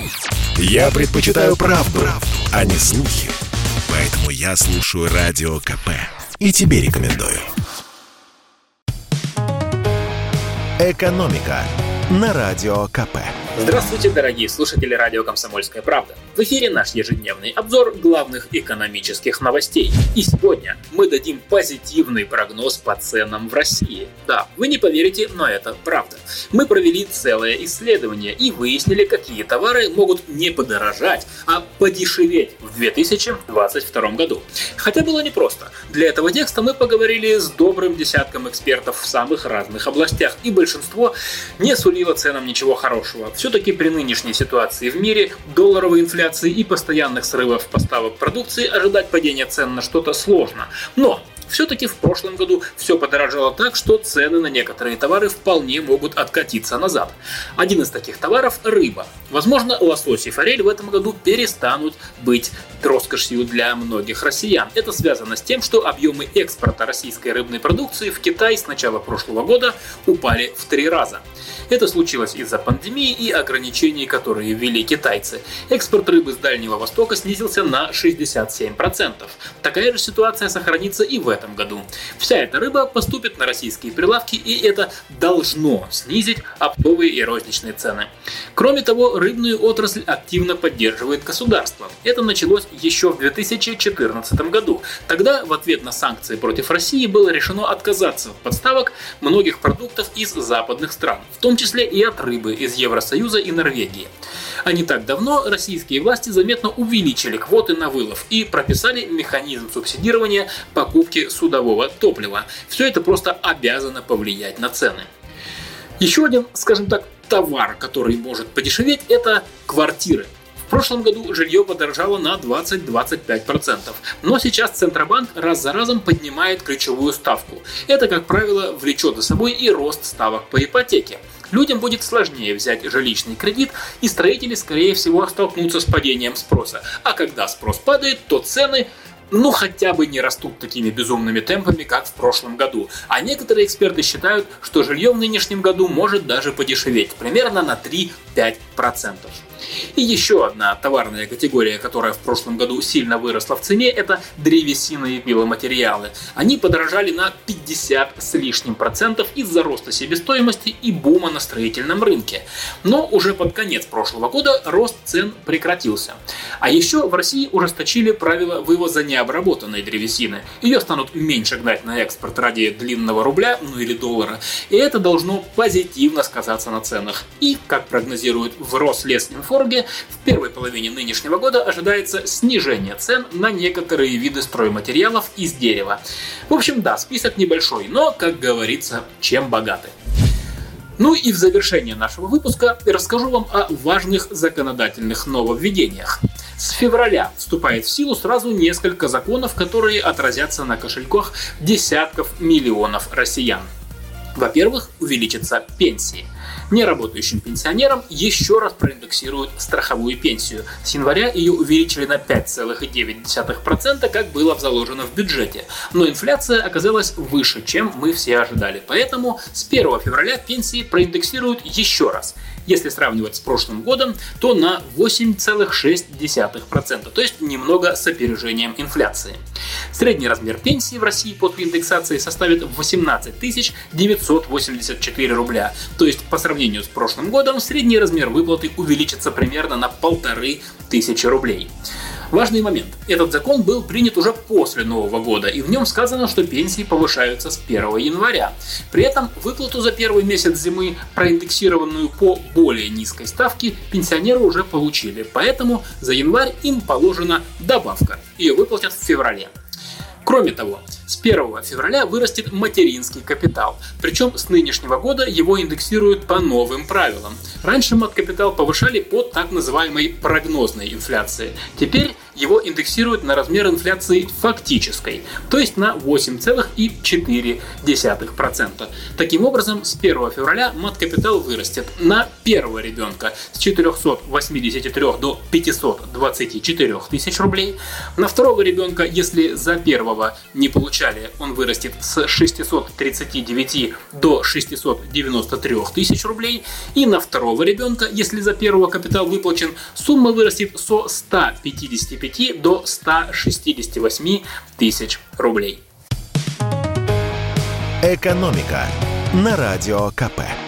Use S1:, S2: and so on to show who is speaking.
S1: Я предпочитаю правду, а не слухи. Поэтому я слушаю Радио КП. И тебе рекомендую. «Экономика» на Радио КП.
S2: Здравствуйте, дорогие слушатели радио «Комсомольская правда». В эфире наш ежедневный обзор главных экономических новостей. И сегодня мы дадим позитивный прогноз по ценам в России. Да, вы не поверите, но это правда. Мы провели целое исследование и выяснили, какие товары могут не подорожать, а подешеветь в 2022 году. Хотя было непросто. Для этого текста мы поговорили с добрым десятком экспертов в самых разных областях, и большинство не сулило ценам ничего хорошего. Все-таки при нынешней ситуации в мире, долларовой инфляции и постоянных срывов поставок продукции ожидать падения цен на что-то сложно. Но все-таки в прошлом году все подорожало так, что цены на некоторые товары вполне могут откатиться назад. Один из таких товаров – рыба. Возможно, лосось и форель в этом году перестанут быть роскошью для многих россиян. Это связано с тем, что объемы экспорта российской рыбной продукции в Китай с начала прошлого года упали в 3 раза. Это случилось из-за пандемии и ограничений, которые ввели китайцы. Экспорт рыбы с Дальнего Востока снизился на 67%. Такая же ситуация сохранится и в этом году. Вся эта рыба поступит на российские прилавки, и это должно снизить оптовые и розничные цены. Кроме того, рыбную отрасль активно поддерживает государство. Это началось еще в 2014 году. Тогда в ответ на санкции против России было решено отказаться от поставок многих продуктов из западных стран, в том числе и от рыбы из Евросоюза и Норвегии. А не так давно российские власти заметно увеличили квоты на вылов и прописали механизм субсидирования покупки судового топлива. Все это просто обязано повлиять на цены. Еще один, скажем так, товар, который может подешеветь, это квартиры. В прошлом году жилье подорожало на 20-25%, но сейчас Центробанк раз за разом поднимает ключевую ставку. Это, как правило, влечет за собой и рост ставок по ипотеке. Людям будет сложнее взять жилищный кредит, и строители, скорее всего, столкнутся с падением спроса. А когда спрос падает, то цены хотя бы не растут такими безумными темпами, как в прошлом году. А некоторые эксперты считают, что жилье в нынешнем году может даже подешеветь, примерно на 3-5%. И еще одна товарная категория, которая в прошлом году сильно выросла в цене, это древесина и пиломатериалы. Они подорожали на 50 с лишним процентов из-за роста себестоимости и бума на строительном рынке. Но уже под конец прошлого года рост цен прекратился. А еще в России ужесточили правила вывоза необработанной древесины. Ее станут меньше гнать на экспорт ради длинного рубля, или доллара. И это должно позитивно сказаться на ценах. И, как прогнозируют в Рослесинформ, в первой половине нынешнего года ожидается снижение цен на некоторые виды стройматериалов из дерева. В общем, да, список небольшой, но, как говорится, чем богаты. И в завершение нашего выпуска расскажу вам о важных законодательных нововведениях. С февраля вступает в силу сразу несколько законов, которые отразятся на кошельках десятков миллионов россиян. Во-первых, увеличатся пенсии. Неработающим пенсионерам еще раз проиндексируют страховую пенсию. С января ее увеличили на 5,9%, как было заложено в бюджете. Но инфляция оказалась выше, чем мы все ожидали. Поэтому с 1 февраля пенсии проиндексируют еще раз. Если сравнивать с прошлым годом, то на 8,6%, то есть немного с опережением инфляции. Средний размер пенсии в России после индексации составит 18 984 рубля, то есть по сравнению с прошлым годом средний размер выплаты увеличится примерно на 1500 рублей. Важный момент. Этот закон был принят уже после Нового года, и в нем сказано, что пенсии повышаются с 1 января. При этом выплату за первый месяц зимы, проиндексированную по более низкой ставке, пенсионеры уже получили, поэтому за январь им положена добавка. Ее выплатят в феврале. Кроме того, с 1 февраля вырастет материнский капитал, причем с нынешнего года его индексируют по новым правилам. Раньше маткапитал повышали по так называемой прогнозной инфляции. Теперь его индексируют на размер инфляции фактической, то есть на 8,4%. Таким образом, с 1 февраля маткапитал вырастет на первого ребенка с 483 до 524 тысяч рублей, на второго ребенка, если за первого не получают начале он вырастет с 639 до 693 тысяч рублей, и на второго ребенка, если за первого капитал выплачен, сумма вырастет со 155 до 168 тысяч рублей.
S1: «Экономика» на Радио КП.